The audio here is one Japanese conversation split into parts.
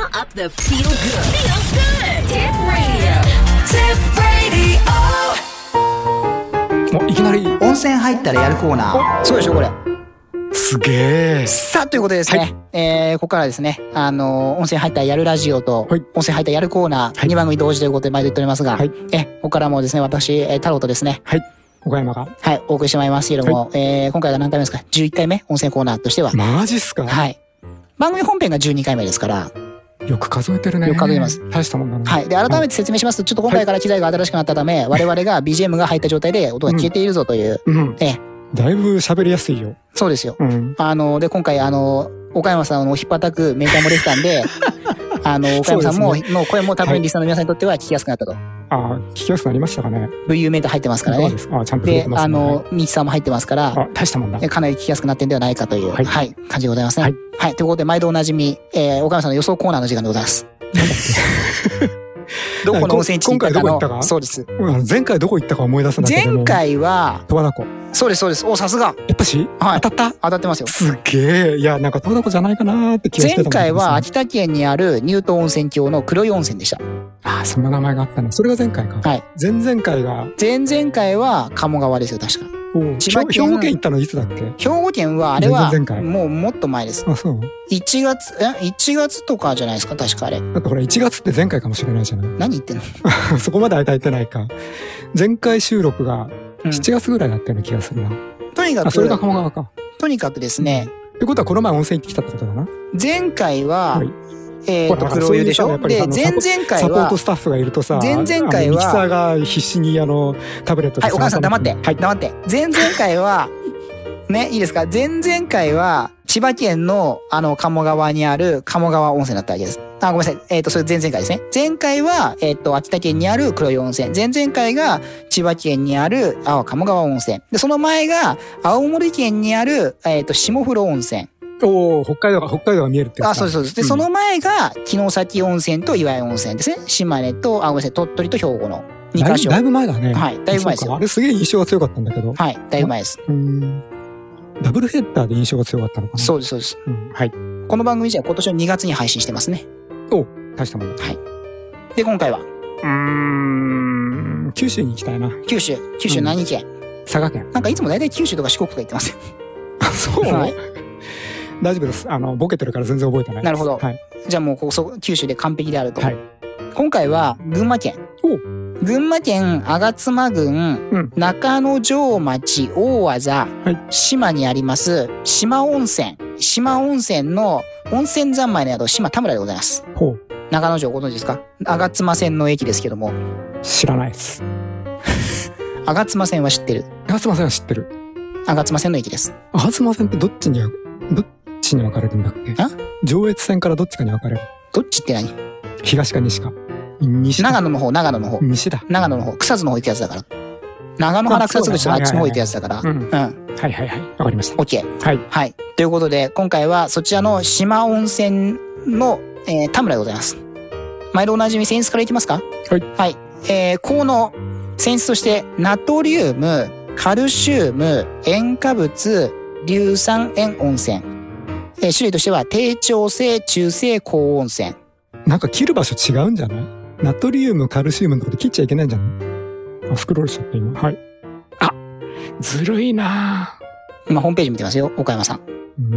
up the feel good. Feels good. Tip Radio. Tip Radio. いきなり温泉入ったらやるコーナー。そうでしょこれ。 すげえ。 さあということでですね、ここからですね、温泉入ったらやるラジオと、 はい温泉入ったらやるコーナー、 はい 2番組同時ということで毎度言っておりますが、 はいここからもですね、私、太郎とですね、 はい。岡山が。 はい、お送りしてまいりますけれども、今回が何回目ですか ?11 回目温泉コーナーとしては。 マジっすか？ はい。番組本編が12回目ですから、 よく数えてるね。 よく数えます大したもんだな。 はい。で、改めて説明しますと、ちょっと今回から機材が新しくなったため、我々が BGM が入った状態で音が消えているぞという、 うん。だいぶ喋りやすいよ。 そうですよ。 うん。 で、今回、岡山さんを引っ叩くメーターもできたんで、岡山さんも、 そうですの声も多分リスナーの皆さんにとっては聞きやすくなったと。 聞きやすくなりましたかね。 VU メーター入ってますからね。 そうです。ちゃんと入れで、 てますね。 ミキサーも入ってますから、 大したもんだ。 かなり聞きやすくなってんではないかという、 はいはい、感じでございますね。 はい。 はい。ということで、毎度おなじみ、岡山さんの予想コーナーの時間でございます。どこの温泉地に行ったかの。 今回どこ行ったかそうです。 前回どこ行ったか思い出すんだけども。 前回は、 十和田湖。 そうです、そうです。お、さすが。 やっぱしはい当たった当たってますよ。 すげえ。いや、なんか十和田湖じゃないかなーって気がしてたんだけど前回は秋田県にある乳頭温泉郷の黒い温泉でした。 そんな名前があったね。それが前回か。 はい。 前々回が、 前々回は鴨川ですよ、確か。千葉県兵庫県行ったのいつだっけ？ 兵庫県は、あれは前々回、 もうもっと前です。 そう。 1月とかじゃないですか、確かあれ。 だってほら、1月って前回かもしれないじゃない。 何言ってんのそこまで間空いてないか。前回収録がうん 7月ぐらいだったような気がするな。 とにかそれがく、 鴨川か。 とにかくですね、 ってことはこの前温泉行ってきたってことだな。 前回ははい、 黒湯でしょ。で、前々回はサポート、スタッフがいるとさ、 前々回はミキサーが必死にタブレットではい、お母さん黙って、 はい。 黙って。前々回は、ね、いいですか前々回は、千葉県の、鴨川にある鴨川温泉だったわけです。ごめんなさい。それ前々回ですね。前回は、秋田県にある黒湯温泉。前々回が、千葉県にある、鴨川温泉。で、その前が、青森県にある、下風呂温泉。 北海道が見えるってやつだ。 そうです、そうです。で、その前が、城崎温泉と岩井温泉ですね。島根と、ごめんなさい、鳥取と兵庫の2カ所。 だいぶ前だね。 はい、だいぶ前ですよ。 そうかあれすげえ印象が強かったんだけど。 はい、だいぶ前です。 ダブルヘッダーで印象が強かったのかな。 そうです、そうです。 はい。 この番組じゃ今年の2月に配信してますね。 大したもんだ。 で、今回は、 九州に行きたいな。 九州何県、 佐賀県。 なんかいつも大体九州とか四国とか言ってますよ。 そうはい大丈夫です。ボケてるから全然覚えてないです。 なるほどはい。 じゃあもう九州で完璧であると。 はい。 今回は群馬県。群馬県吾妻郡、中之条町大技、島にあります島温泉。島温泉の温泉三昧の宿島田村でございます。中之条ご存知ですか？吾妻線の駅ですけども。 知らないです。 吾妻線は知ってる。 吾妻線は知ってる。 吾妻線の駅です。 吾妻線ってどっちに分かれるんだっけ？上越線からどっちかに分かれる。 どっちって何？ 東か西か。西か。 長野の方。 西だ。 長野の方。草津の方行くやつだから。長野原草津口とあっちの方行くやつだから。 はいはいはい。わかりました。 OK。 はい。 はい。ということで、今回はそちらの島温泉の、田村でございます。毎度おなじみ泉質からいきますか？ はい。 はい。効能。泉質として、ナトリウム、カルシウム、塩化物、硫酸塩温泉。種類としては、低調性、中性、高温泉。 なんか切る場所違うんじゃない？ナトリウム、カルシウムのとこで切っちゃいけないんじゃない？スクロールしちゃった今。はい。ずるいなぁ。 今ホームページ見てますよ、岡山さん。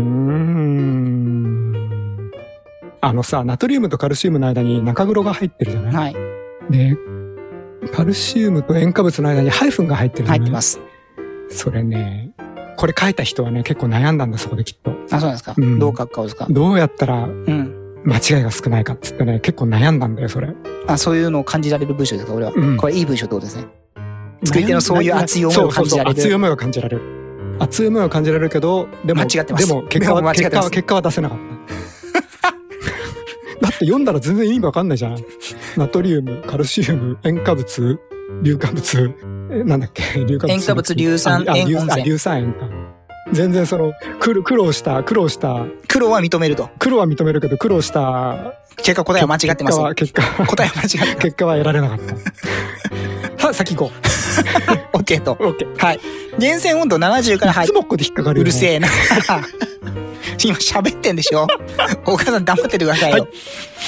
ナトリウムとカルシウムの間に中黒が入ってるじゃない？ はい。 で、カルシウムと塩化物の間にハイフンが入ってるじゃない？ 入ってます。 それね、これ書いた人はね、結構悩んだんだ、そこできっと。 そうなんですか？どう書くかですか？ どうやったら、間違いが少ないかっつってね、結構悩んだんだよ、それ。 そういうのを感じられる文章ですか、俺は。これいい文章ってことですね。作り手のそういう熱い思いを感じられる。 熱い思いが感じられる。熱い思いは感じられるけど、でも、 間違ってます。 でも結果は出せなかった。だって読んだら全然意味わかんないじゃん。ナトリウム、カルシウム、塩化物、硫化物、なんだっけ、硫化物。 塩化物、硫酸塩温泉。 硫酸塩か。全然苦労した。苦労は認めると。 苦労は認めるけど、苦労した。 結果答えは間違ってます。答えは間違ってます。 結果は得られなかった。先行こう。OK と。 OK。 はい。源泉温度70から入って。 いつもここで引っかかるよね。 うるせえな。今喋ってんでしょ？お母さん黙っててくださいよ。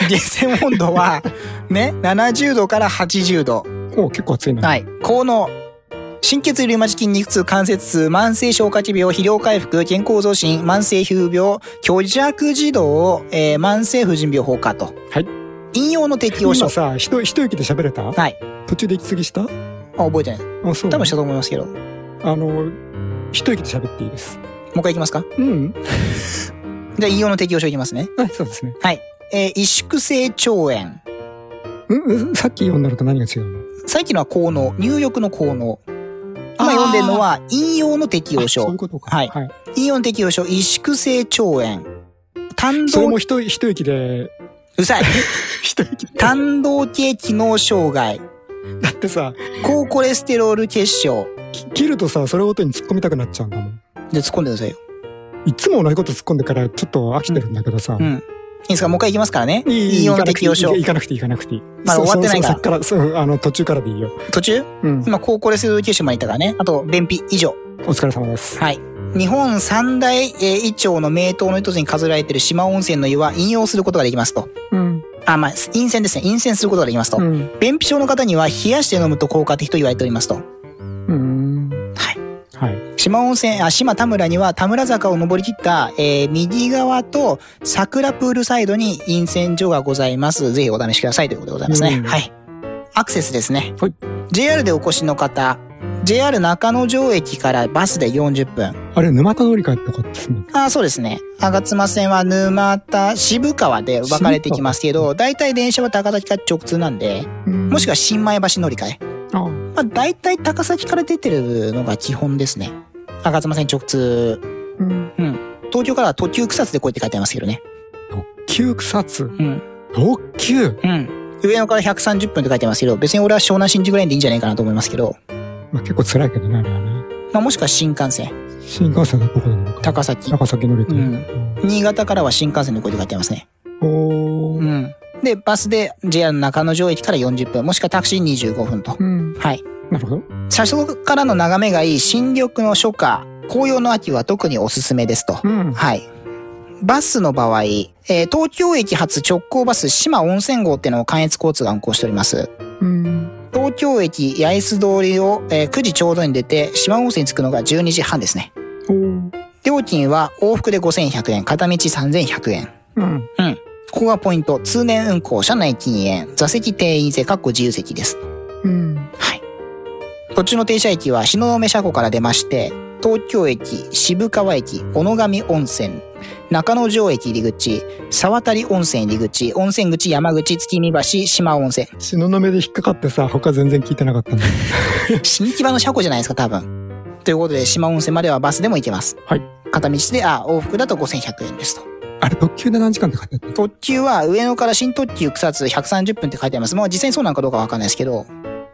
源泉温度は、ね、70度から80度。 お、結構暑いね。 はい。効能。心血リウマチ筋肉痛、関節痛、慢性消化器病、疲労回復、健康増進、慢性皮膚病、虚弱児童、慢性婦人病放火と。 はい。 引用の適用書。 今さ、一息で喋れた？ はい。 途中で息継ぎした？ あ、覚えてない。 あ、そう。 多分したと思いますけど。 一息で喋っていいです。 もう一回いきますか？ うん。 じゃあ、引用の適用書いきますね。 はい、そうですね。 はい。萎縮性腸炎。 さっき読んだのと何が違うの？ さっきのは効能。入浴の効能。今読んでるのは、引用の適用書。 そういうことか。 はい。引用の適用書、萎縮性腸炎。 それも一息で。 うるさい。 一息で。 胆道系機能障害。 だってさ、 高コレステロール血症。 切るとさ、それごとに突っ込みたくなっちゃうんだもん。 で、突っ込んでくださいよ。 いつも同じこと突っ込んでからちょっと飽きてるんだけどさ。 うん。いいですか？もう一回いきますからね。 引用の適用書。 行かなくていい。 まだ終わってないから。 さっきから、途中からでいいよ。 途中？ うん。 今、高コレステロール血症まで言ったからね。あと、便秘以上。 お疲れ様です。 はい。日本三大胃腸の名湯の一つに数えられている四万温泉の湯は飲用することができますと。 うん。 陰泉ですね。陰泉することができますと。うん。便秘症の方には冷やして飲むと効果的と言われておりますと。はい。はい。島田村には田村坂を登り切った、右側と桜プールサイドに陰泉所がございます。ぜひお試しくださいということでございますね。はい。アクセスですね。はい。JR でお越しの方、JR 中野城駅からバスで40分。 あれ、沼田乗り換えとかですね。 そうですね。吾妻線は沼田、渋川で分かれてきますけど、だいたい電車は高崎から直通なんで、もしくは新米橋乗り換え。だいたい高崎から出てるのが基本ですね。吾妻線直通。うん。東京からは特急草津でこうやって書いてありますけどね。 特急草津？うん。特急？ うん。上野から130分って書いてますけど、別に俺は湘南新宿ラインでいいんじゃないかなと思いますけど。 まあ結構辛いけどね、あれはね。 もしくは新幹線。 新幹線はどこで乗るか？高崎乗り換え。新潟からは新幹線でこうやって書いてありますね。 うん。 で、バスで JR 中野城駅から40分、もしくはタクシー25分と。はい。 なるほど。 車窓からの眺めがいい新緑の初夏、紅葉の秋は特におすすめですと。はい。バスの場合、東京駅発直行バス島温泉号っていうのを関越交通が運行しております。東京駅八重洲通りを、9時ちょうどに出て、島温泉に着くのが12時半ですね。料金は往復で5100円、片道3100円。ここがポイント。通年運行、車内禁煙、座席定員制、自由席です。はい。途中の停車駅は東雲車庫から出まして、東京駅、渋川駅、小野上温泉、中野城駅入り口、沢渡温泉入り口、温泉口、山口、月見橋、島温泉。 東雲で引っかかってさ、他全然聞いてなかったんだ。 新木場の車庫じゃないですか、多分。ということで、島温泉まではバスでも行けます。はい。片道で、往復だと5100円ですと。 あれ、特急で何時間って書いてあった？ 特急は上野から新特急草津130分って書いてあります。まあ実際にそうなのかどうかわかんないですけど。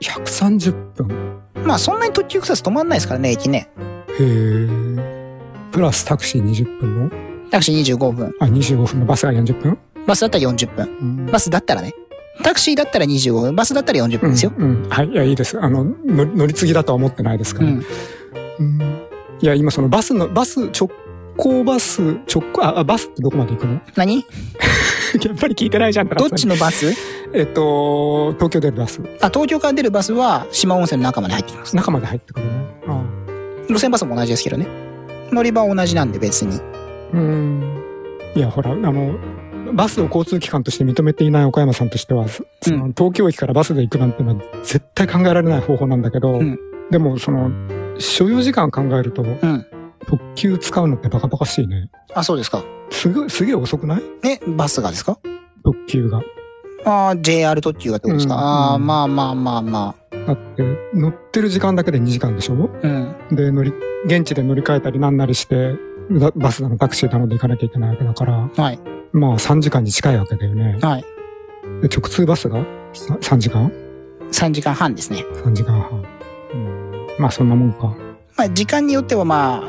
130分？ まあそんなに特急草津止まんないですからね、駅ね。 へー。プラスタクシー20分の？ タクシー25分。 25分のバスが40分？ バスだったら40分。バスだったらね。タクシーだったら25分。バスだったら40分ですよ。 はい。いや、いいです。乗り継ぎだとは思ってないですから。いや、今そのバス直行バスってどこまで行くの？何？やっぱり聞いてないじゃん。 どっちのバス？ 東京出るバス。 東京から出るバスは島温泉の中まで入ってきます。 中まで入ってくるね。 路線バスも同じですけどね。乗り場は同じなんで別に。 いや、ほら、バスを交通機関として認めていない岡山さんとしては、東京駅からバスで行くなんてのは絶対考えられない方法なんだけど、でも所要時間考えると、特急使うのってバカバカしいね。そうですか。すげえ遅くない？バスがですか？特急が。JR 特急がってことですか？まあ。だって、乗ってる時間だけで2時間でしょ？で、現地で乗り換えたりなんなりして、バスだのタクシーだので行かなきゃいけないわけだから、まあ3時間に近いわけだよね。で、直通バスが3時間？ 3 時間半ですね。3時間半。まあそんなもんか。まあ時間によっては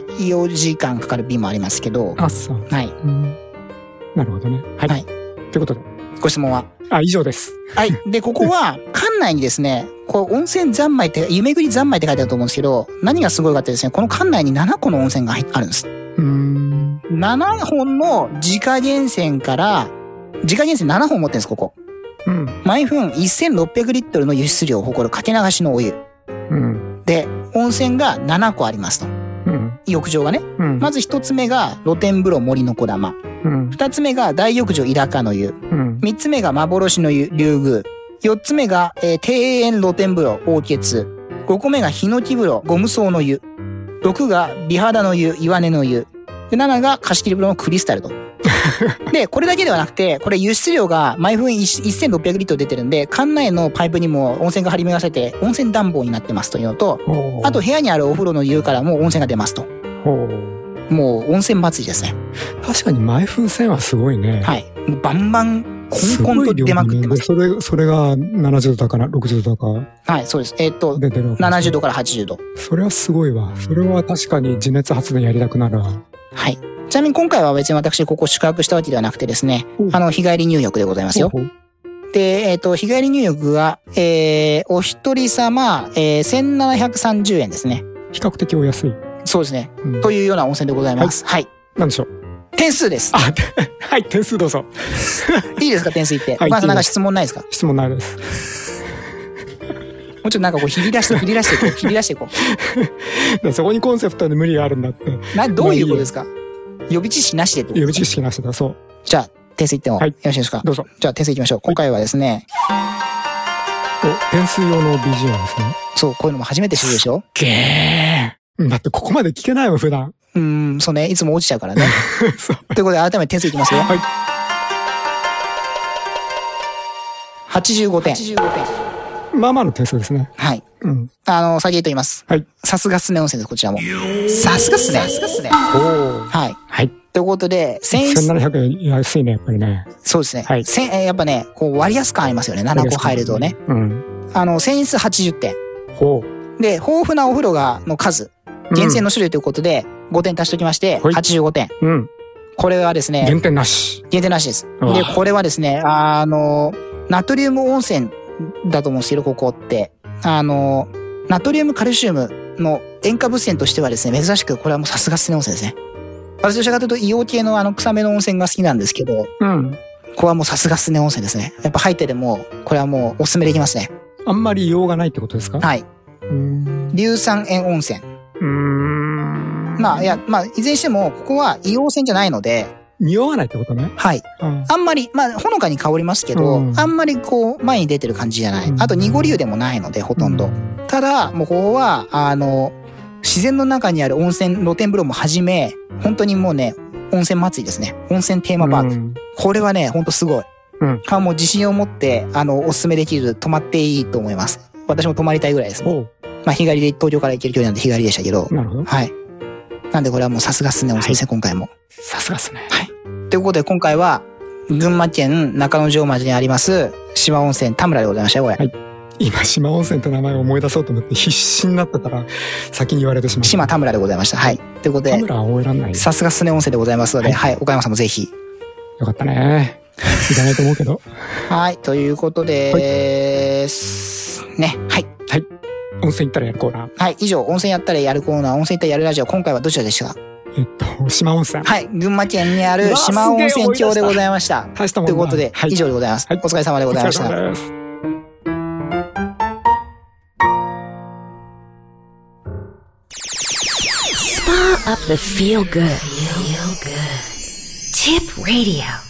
4時間かかる便もありますけど。そう。はい。なるほどね。はい。ということで。ご質問は？以上です。はい。で、ここは、館内にですね、温泉三昧って、湯巡り三昧って書いてあると思うんですけど、何がすごいかってですね、この館内に7個の温泉があるんです。7本の自家源泉から、 自家源泉7本持ってるんです、ここ。 うん。 毎分1600リットルの輸出量を誇るかけ流しのお湯。 うん。 で、温泉が7個ありますと。 うん。 浴場がね。 うん。 まず1つ目が露天風呂森の小玉。 うん。 2つ目が大浴場イラカの湯。 うん。 3つ目が幻の湯、竜宮。4つ目が、庭園露天風呂、王傑。5個目がヒノキ風呂、ゴム草の湯。6が美肌の湯、岩根の湯。で、7が貸し切り風呂のクリスタルと。で、これだけではなくて、これ輸出量が毎分1600リットル出てるんで、館内のパイプにも温泉が張り巡らされて、温泉暖房になってますというのと、あと部屋にあるお風呂の湯からも温泉が出ますと。もう温泉祭りですね。 確かに毎分1000はすごいね。 はい。もうバンバン、コンコンと出まくってます。 それが70度だかな、60度だか。 はい、そうです。70度から80度。 それはすごいわ。それは確かに地熱発電やりたくなるわ。 はい。ちなみに今回は別に私ここ宿泊したわけではなくてですね、日帰り入浴でございますよ。で、日帰り入浴が、お一人様、1730円ですね。 比較的お安い。 そうですね。というような温泉でございます。はい。 なんでしょう。 点数です。 はい、点数どうぞ。 いいですか、点数言って。まずなんか質問ないですか？ 質問ないです。 もうちょっとなんかこう、切り出していこう。そこにコンセプトで無理があるんだって。 どういうことですか？予備知識なしでってことですか？ 予備知識なしだ、そう。 じゃあ、点数言ってもよろしいですか？ どうぞ。 じゃあ、点数いきましょう。今回はですね。 点数用の BGM ですね。 そう、こういうのも初めて知るでしょ？ だってここまで聞けないもん、普段。 そうね。いつも落ちちゃうからね。 そう。 ということで、改めて点数いきますよ。はい。85点。 まあまあの点数ですね。 はい。先言っと言います。 はい。 さすがすね温泉です、こちらも。さすがっすね。はい。 はい。 ということで、 1700円安いね、やっぱりね。 そうですね。 はい。 やっぱね、こう割安感ありますよね。7個入るとね。泉質80点。で、豊富なお風呂の数、源泉の種類ということで、5点足しておきまして、85点。これはですね。 減点なしです。で、これはですね、ナトリウム温泉だと思うんですけど、ここって。ナトリウムカルシウムの塩化物泉としてはですね、珍しく、これはもうさすがっすね温泉ですね。私どちらかというと硫黄系の臭めの温泉が好きなんですけど、これはもうさすがっすね温泉ですね。やっぱ入ってでも、これはもうおすすめできますね。 あんまり硫黄がないってことですか？ はい。硫酸塩温泉。いずれにしても、ここは硫黄泉じゃないので、 匂わないってことね。 はい。あんまり、ほのかに香りますけど、あんまりこう、前に出てる感じじゃない。あと、濁り湯でもないので、ほとんど。ただ、もうここは、自然の中にある温泉、露天風呂もはじめ、本当にもうね、温泉祭りですね。温泉テーマパーク。これはね、ほんとすごい。もう自信を持って、おすすめできる、泊まっていいと思います。私も泊まりたいぐらいですね。日帰りで東京から行ける距離なんで日帰りでしたけど。 なるほど。 はい。なんでこれはもうさすがっすね、温泉ですね、今回も。 さすがっすね。 はい。ということで今回は、群馬県中之条町にあります、島温泉田村でございましたよ、これ。はい。 今、島温泉って名前を思い出そうと思って必死になってたら、先に言われてしまった。 島田村でございました。はい。ということで、 田村は覚えらんない。 さすがっすね温泉でございますので、はい。岡山さんもぜひ。 よかったね。いかないと思うけど。 はい。ということで、ね。はい。 はい。温泉行ったらやるコーナー。 はい。以上、温泉やったらやるコーナー、温泉行ったらやるラジオ、今回はどちらでしたか？ 島温泉。 はい。群馬県にある島温泉郷でございました。 大したもんだ。 ということで、以上でございます。お疲れ様でございました。 お疲れ様です。 Spa up the feel good. Tip Radio.